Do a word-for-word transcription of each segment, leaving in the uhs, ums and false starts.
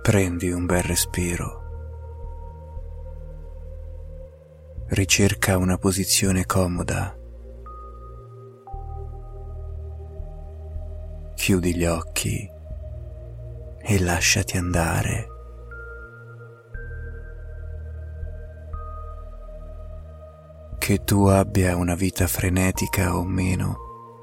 Prendi un bel respiro. Ricerca una posizione comoda. Chiudi gli occhi e lasciati andare. Che tu abbia una vita frenetica o meno,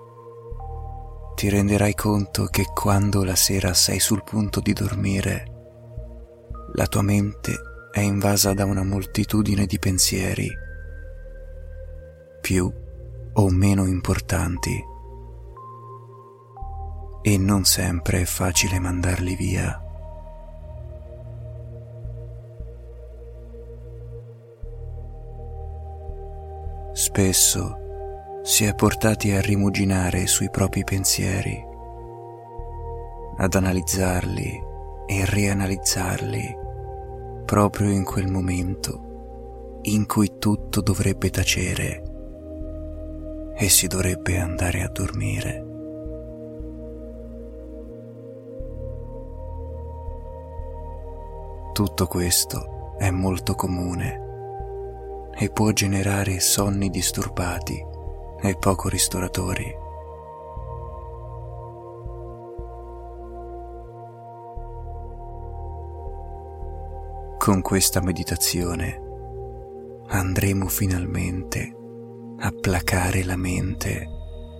ti renderai conto che quando la sera sei sul punto di dormire, la tua mente è invasa da una moltitudine di pensieri, più o meno importanti, e non sempre è facile mandarli via. Spesso si è portati a rimuginare sui propri pensieri, ad analizzarli e rianalizzarli proprio in quel momento in cui tutto dovrebbe tacere e si dovrebbe andare a dormire. Tutto questo è molto comune e può generare sonni disturbati e poco ristoratori. Con questa meditazione andremo finalmente a placare la mente,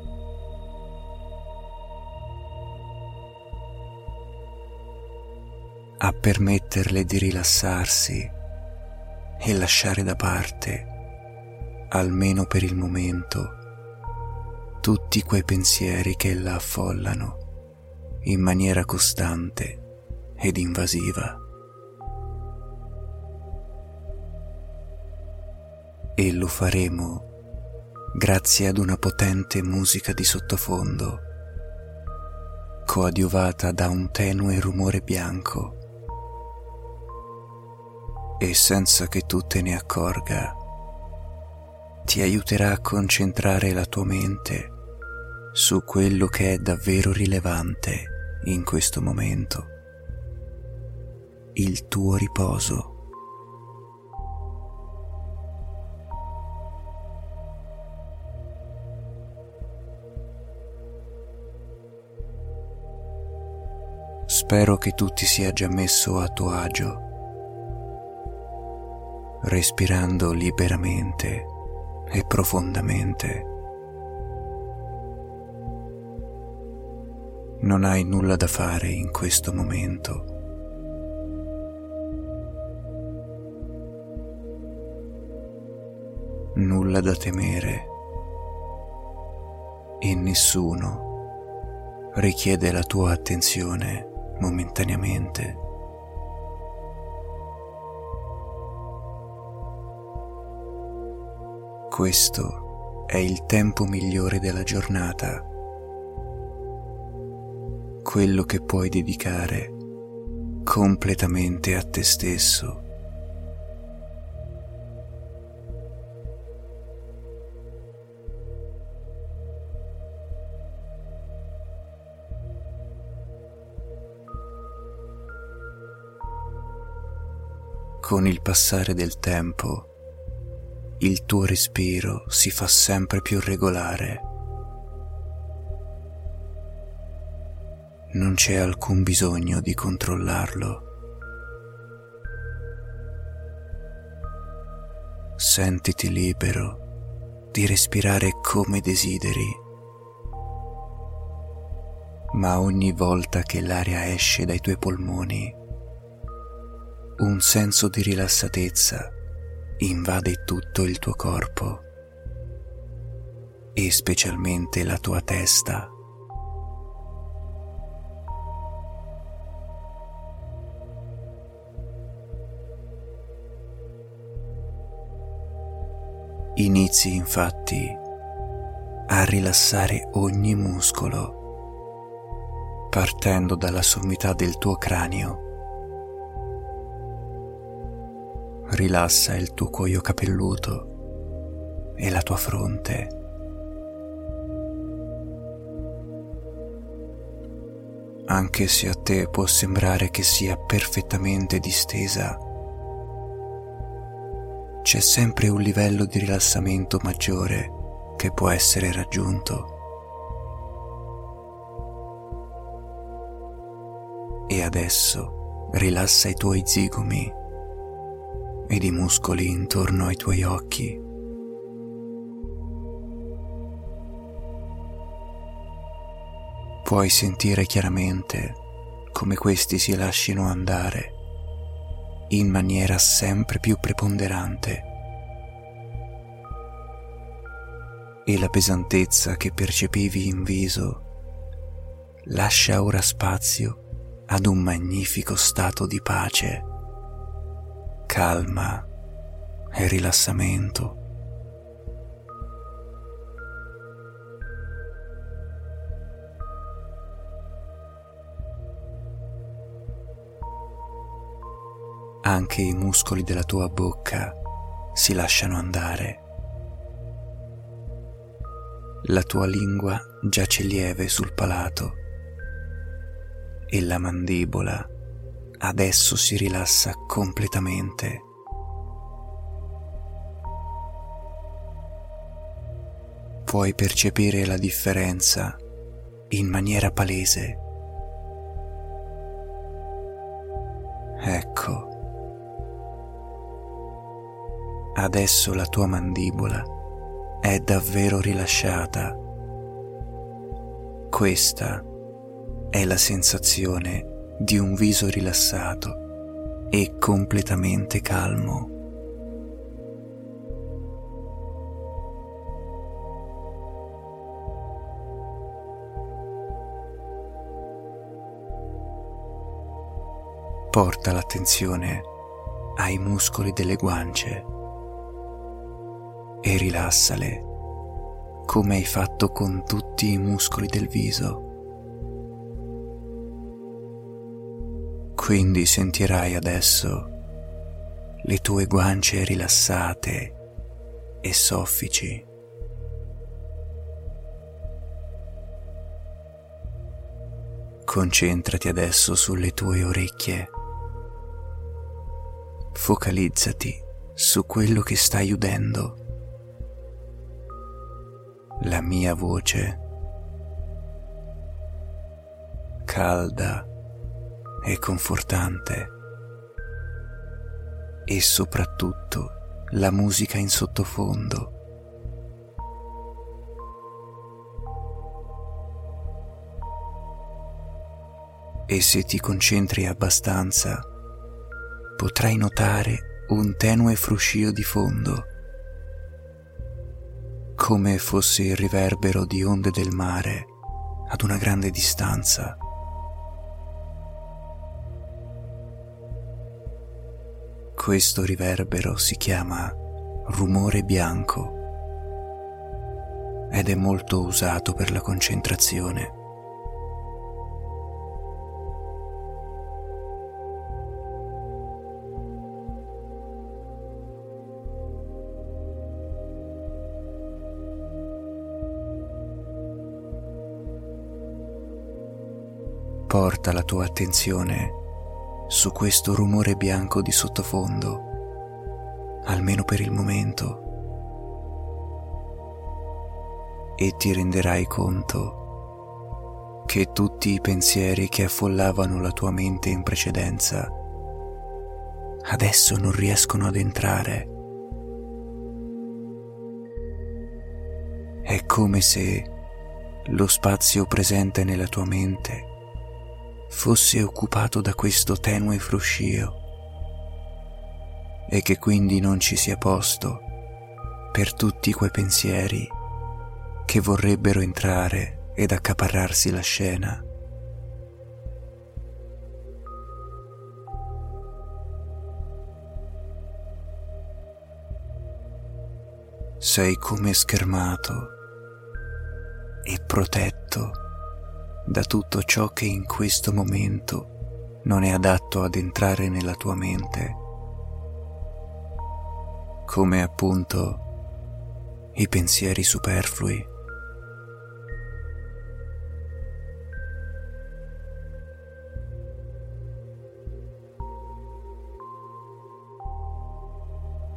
a permetterle di rilassarsi e lasciare da parte, almeno per il momento, tutti quei pensieri che la affollano in maniera costante ed invasiva. E lo faremo grazie ad una potente musica di sottofondo, coadiuvata da un tenue rumore bianco, e senza che tu te ne accorga, ti aiuterà a concentrare la tua mente su quello che è davvero rilevante in questo momento, il tuo riposo. Spero che tu ti sia già messo a tuo agio, respirando liberamente e profondamente. Non hai nulla da fare in questo momento. Nulla da temere e nessuno richiede la tua attenzione momentaneamente. Questo è il tempo migliore della giornata, quello che puoi dedicare completamente a te stesso. Con il passare del tempo, il tuo respiro si fa sempre più regolare. Non c'è alcun bisogno di controllarlo. Sentiti libero di respirare come desideri, ma ogni volta che l'aria esce dai tuoi polmoni, un senso di rilassatezza invade tutto il tuo corpo e specialmente la tua testa. Inizi infatti a rilassare ogni muscolo, partendo dalla sommità del tuo cranio. Rilassa il tuo cuoio capelluto e la tua fronte. anche se a te può sembrare che sia perfettamente distesa, c'è sempre un livello di rilassamento maggiore che può essere raggiunto. E adesso rilassa i tuoi zigomi ed i muscoli intorno ai tuoi occhi. Puoi sentire chiaramente come questi si lasciano andare in maniera sempre più preponderante e la pesantezza che percepivi in viso lascia ora spazio ad un magnifico stato di pace, calma e rilassamento. Anche i muscoli della tua bocca si lasciano andare. La tua lingua giace lieve sul palato e la mandibola adesso si rilassa completamente. Puoi percepire la differenza in maniera palese. Ecco. Adesso la tua mandibola è davvero rilasciata. Questa è la sensazione di un viso rilassato e completamente calmo. Porta l'attenzione ai muscoli delle guance e rilassale come hai fatto con tutti i muscoli del viso. Quindi sentirai adesso le tue guance rilassate e soffici. Concentrati adesso sulle tue orecchie. Focalizzati su quello che stai udendo. La mia voce, calda e confortante, e soprattutto la musica in sottofondo. E se ti concentri abbastanza, potrai notare un tenue fruscio di fondo, come fosse il riverbero di onde del mare ad una grande distanza. Questo riverbero si chiama rumore bianco ed è molto usato per la concentrazione. Porta la tua attenzione su questo rumore bianco di sottofondo, almeno per il momento, e ti renderai conto che tutti i pensieri che affollavano la tua mente in precedenza adesso non riescono ad entrare. È come se lo spazio presente nella tua mente fosse occupato da questo tenue fruscio e che quindi non ci sia posto per tutti quei pensieri che vorrebbero entrare ed accaparrarsi la scena. Sei come schermato e protetto da tutto ciò che in questo momento non è adatto ad entrare nella tua mente, come appunto i pensieri superflui.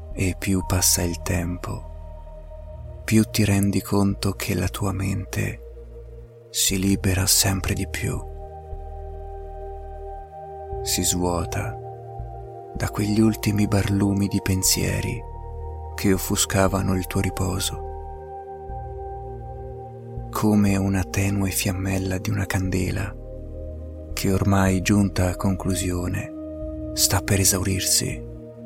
E più passa il tempo, più ti rendi conto che la tua mente si libera sempre di più. Si svuota da quegli ultimi barlumi di pensieri che offuscavano il tuo riposo, come una tenue fiammella di una candela che ormai, giunta a conclusione, sta per esaurirsi.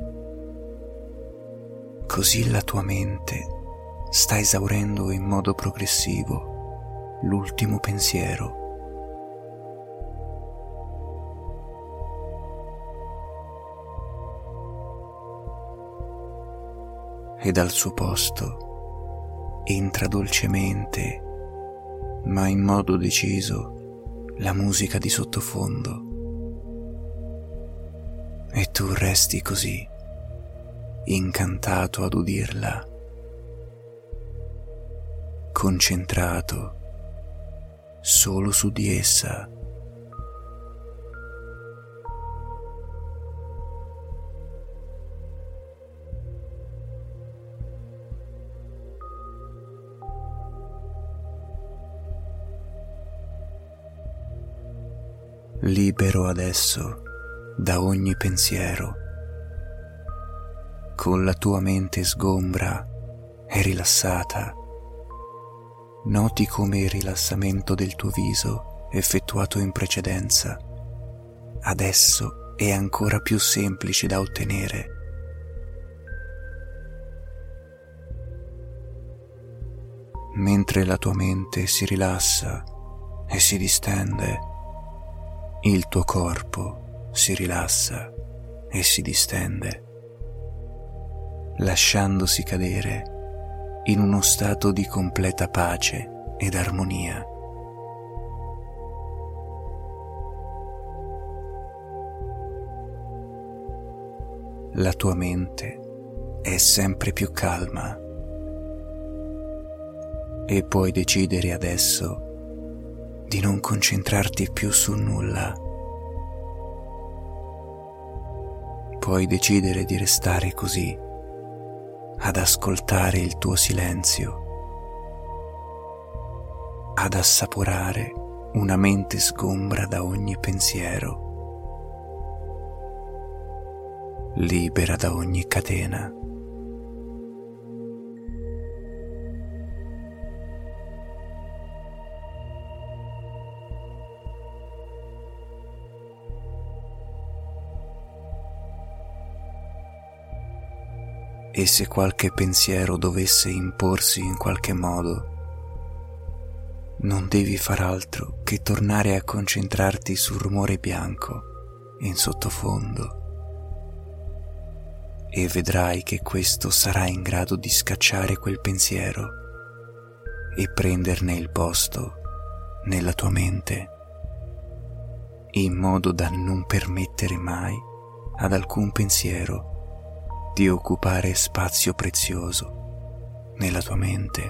Così la tua mente sta esaurendo in modo progressivo l'ultimo pensiero. E dal suo posto entra dolcemente, ma in modo deciso, la musica di sottofondo. E tu resti così, incantato ad udirla, concentrato solo su di essa. Libero adesso da ogni pensiero, con la tua mente sgombra e rilassata, noti come il rilassamento del tuo viso effettuato in precedenza adesso è ancora più semplice da ottenere. Mentre la tua mente si rilassa e si distende, il tuo corpo si rilassa e si distende, lasciandosi cadere in uno stato di completa pace ed armonia. La tua mente è sempre più calma e puoi decidere adesso di non concentrarti più su nulla. Puoi decidere di restare così, ad ascoltare il tuo silenzio, ad assaporare una mente sgombra da ogni pensiero, libera da ogni catena. E se qualche pensiero dovesse imporsi in qualche modo, non devi far altro che tornare a concentrarti sul rumore bianco in sottofondo e vedrai che questo sarà in grado di scacciare quel pensiero e prenderne il posto nella tua mente, in modo da non permettere mai ad alcun pensiero di occupare spazio prezioso nella tua mente.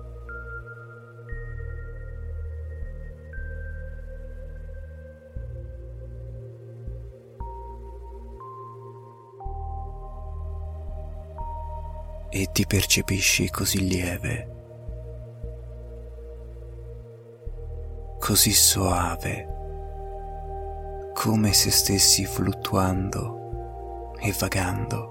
E ti percepisci così lieve, così soave, come se stessi fluttuando e vagando.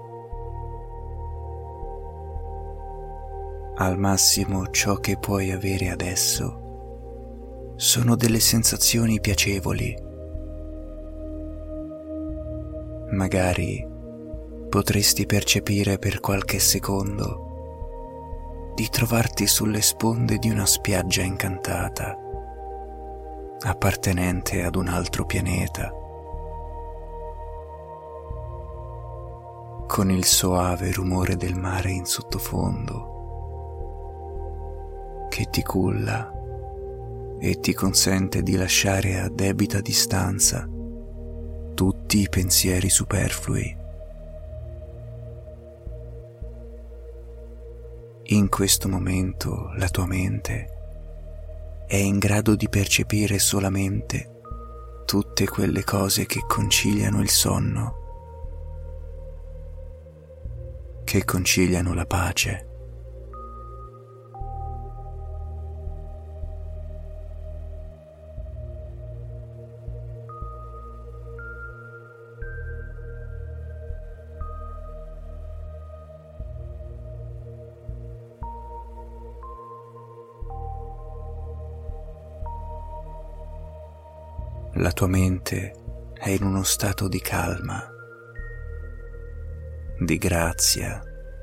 Al massimo ciò che puoi avere adesso sono delle sensazioni piacevoli. Magari potresti percepire per qualche secondo di trovarti sulle sponde di una spiaggia incantata, appartenente ad un altro pianeta, con il soave rumore del mare in sottofondo che ti culla e ti consente di lasciare a debita distanza tutti i pensieri superflui. In questo momento la tua mente è in grado di percepire solamente tutte quelle cose che conciliano il sonno. che conciliano la pace. La tua mente è in uno stato di calma, di grazia,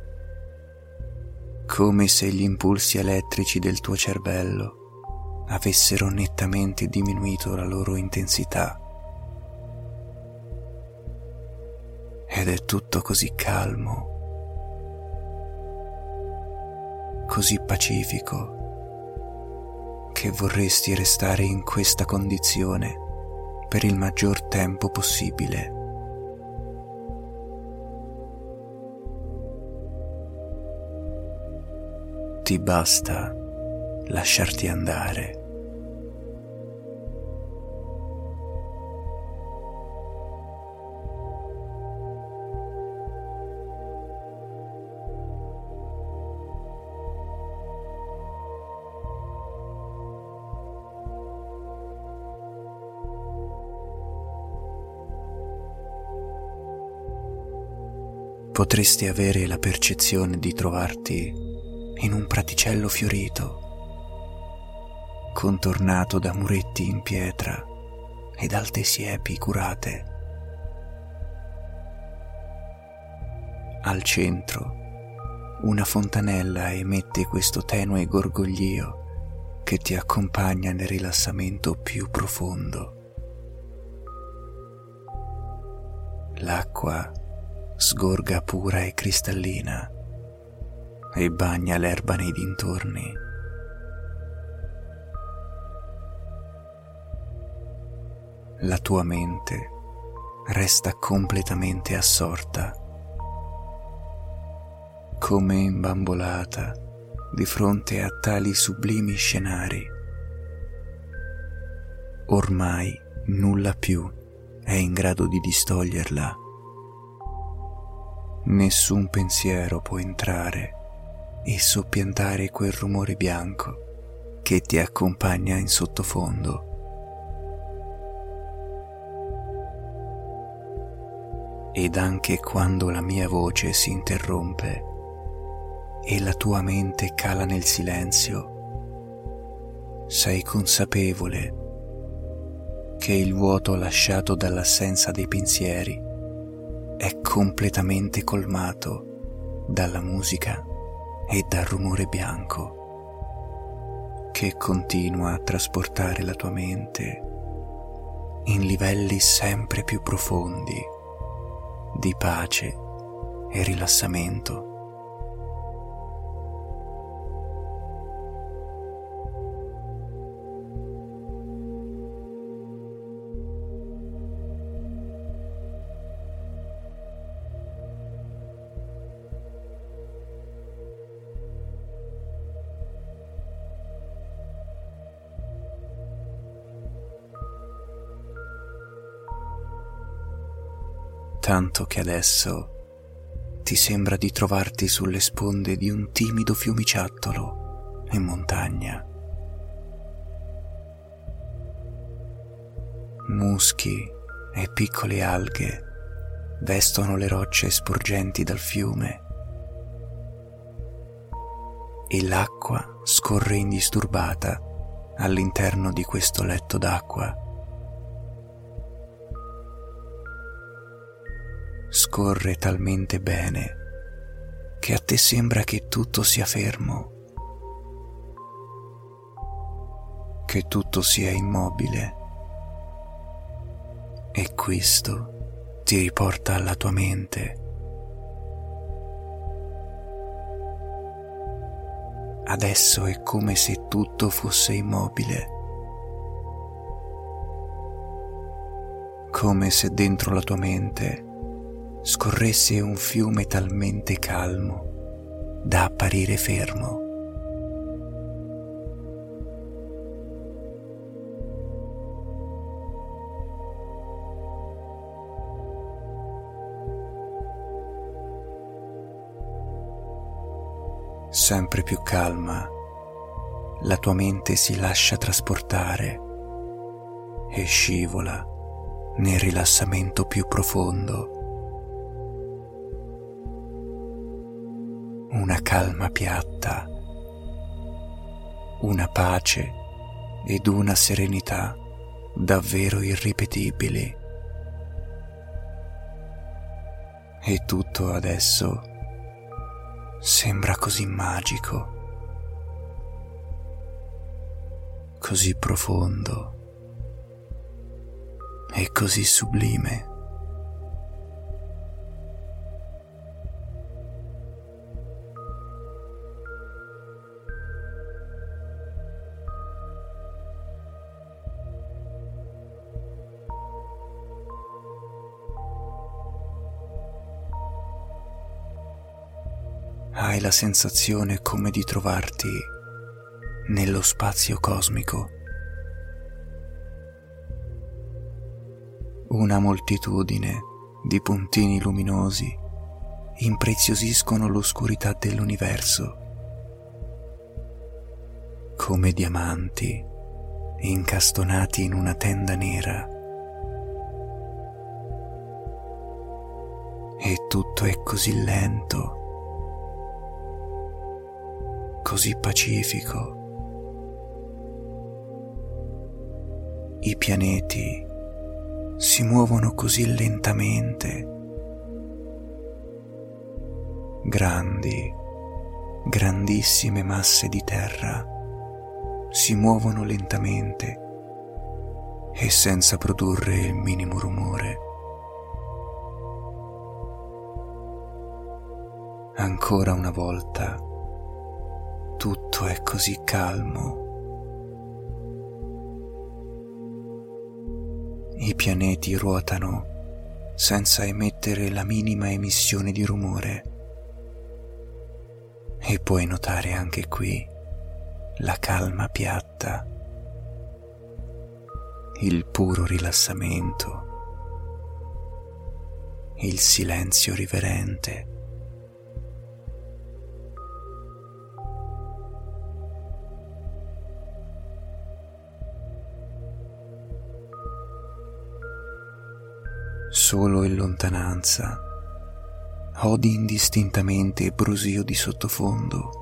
come se gli impulsi elettrici del tuo cervello avessero nettamente diminuito la loro intensità. Ed è tutto così calmo, così pacifico, che vorresti restare in questa condizione per il maggior tempo possibile. Ti basta lasciarti andare. Potresti avere la percezione di trovarti in un praticello fiorito, contornato da muretti in pietra ed alte siepi curate. Al centro, una fontanella emette questo tenue gorgoglio che ti accompagna nel rilassamento più profondo. L'acqua sgorga pura e cristallina e bagna l'erba nei dintorni. La tua mente resta completamente assorta, come imbambolata di fronte a tali sublimi scenari. Ormai nulla più è in grado di distoglierla. Nessun pensiero può entrare e soppiantare quel rumore bianco che ti accompagna in sottofondo. Ed anche quando la mia voce si interrompe e la tua mente cala nel silenzio, sei consapevole che il vuoto lasciato dall'assenza dei pensieri è completamente colmato dalla musica e dal rumore bianco che continua a trasportare la tua mente in livelli sempre più profondi di pace e rilassamento. Tanto che adesso ti sembra di trovarti sulle sponde di un timido fiumiciattolo in montagna. Muschi e piccole alghe vestono le rocce sporgenti dal fiume e l'acqua scorre indisturbata all'interno di questo letto d'acqua. Scorre talmente bene che a te sembra che tutto sia fermo, che tutto sia immobile, e questo ti riporta alla tua mente. Adesso è come se tutto fosse immobile, come se dentro la tua mente scorresse un fiume talmente calmo da apparire fermo. Sempre più calma, la tua mente si lascia trasportare e scivola nel rilassamento più profondo. Una calma piatta, una pace ed una serenità davvero irripetibili. E tutto adesso sembra così magico, così profondo e così sublime. Hai la sensazione come di trovarti nello spazio cosmico. Una moltitudine di puntini luminosi impreziosiscono l'oscurità dell'universo, come diamanti incastonati in una tenda nera. E tutto è così lento, così pacifico. I pianeti si muovono così lentamente. Grandi, grandissime masse di terra si muovono lentamente e senza produrre il minimo rumore. Ancora una volta, tutto è così calmo. I pianeti ruotano senza emettere la minima emissione di rumore. E puoi notare anche qui la calma piatta, il puro rilassamento, il silenzio riverente. Solo in lontananza odi indistintamente il brusio di sottofondo,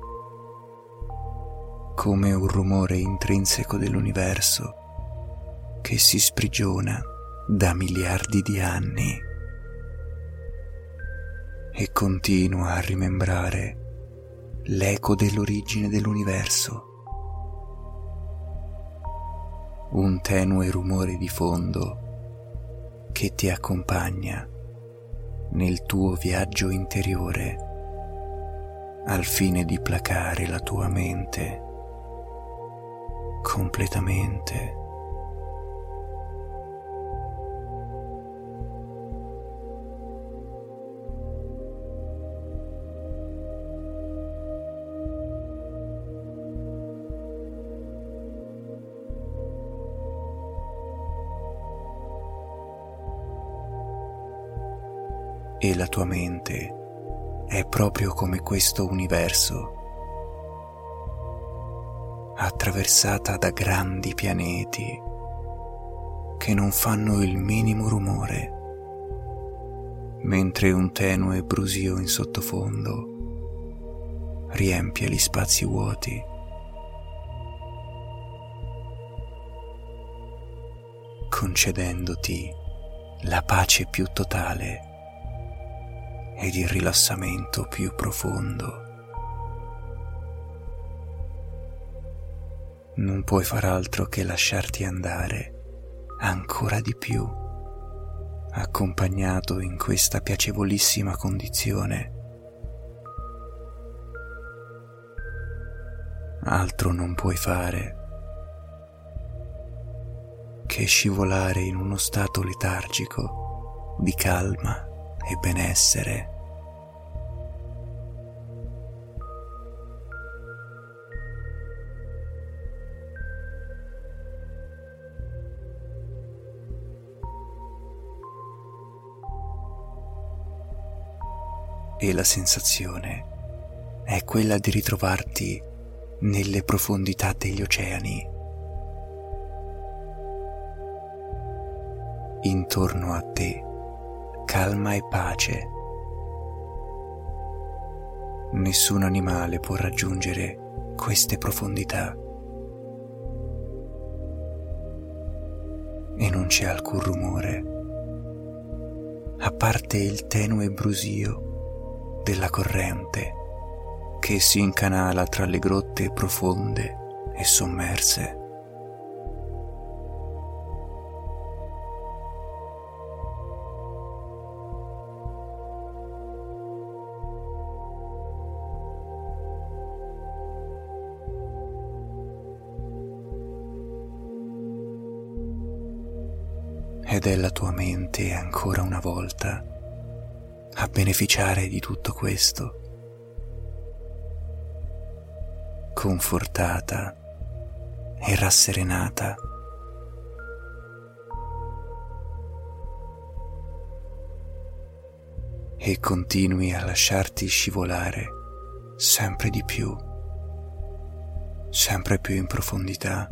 come un rumore intrinseco dell'universo che si sprigiona da miliardi di anni e continua a rimembrare l'eco dell'origine dell'universo. Un tenue rumore di fondo che ti accompagna nel tuo viaggio interiore al fine di placare la tua mente completamente. E la tua mente è proprio come questo universo, attraversata da grandi pianeti che non fanno il minimo rumore, mentre un tenue brusio in sottofondo riempie gli spazi vuoti. Concedendoti la pace più totale ed il rilassamento più profondo. Non puoi far altro che lasciarti andare ancora di più, accompagnato in questa piacevolissima condizione. Altro non puoi fare che scivolare in uno stato letargico di calma e benessere. E la sensazione è quella di ritrovarti nelle profondità degli oceani. Intorno a te, calma e pace. Nessun animale può raggiungere queste profondità. E non c'è alcun rumore, a parte il tenue brusio della corrente che si incanala tra le grotte profonde e sommerse. Ed è la tua mente ancora una volta a beneficiare di tutto questo, confortata e rasserenata. E continui a lasciarti scivolare sempre di più, sempre più in profondità.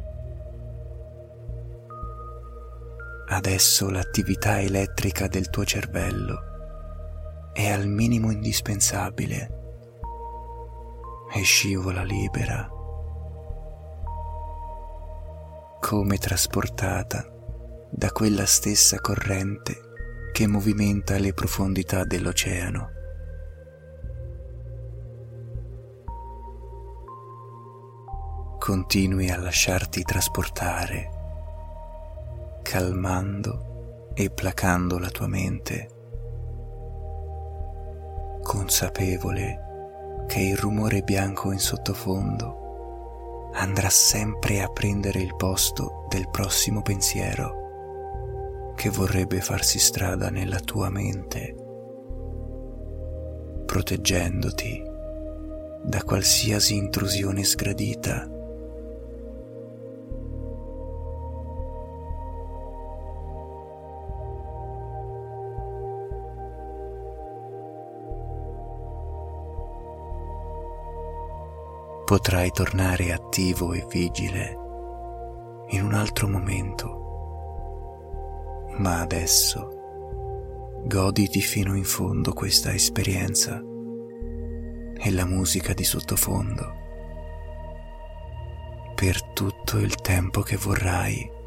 Adesso l'attività elettrica del tuo cervello è al minimo indispensabile e scivola libera, come trasportata da quella stessa corrente che movimenta le profondità dell'oceano. Continui a lasciarti trasportare, calmando e placando la tua mente, consapevole che il rumore bianco in sottofondo andrà sempre a prendere il posto del prossimo pensiero che vorrebbe farsi strada nella tua mente, proteggendoti da qualsiasi intrusione sgradita. Potrai tornare attivo e vigile in un altro momento, ma adesso goditi fino in fondo questa esperienza e la musica di sottofondo per tutto il tempo che vorrai.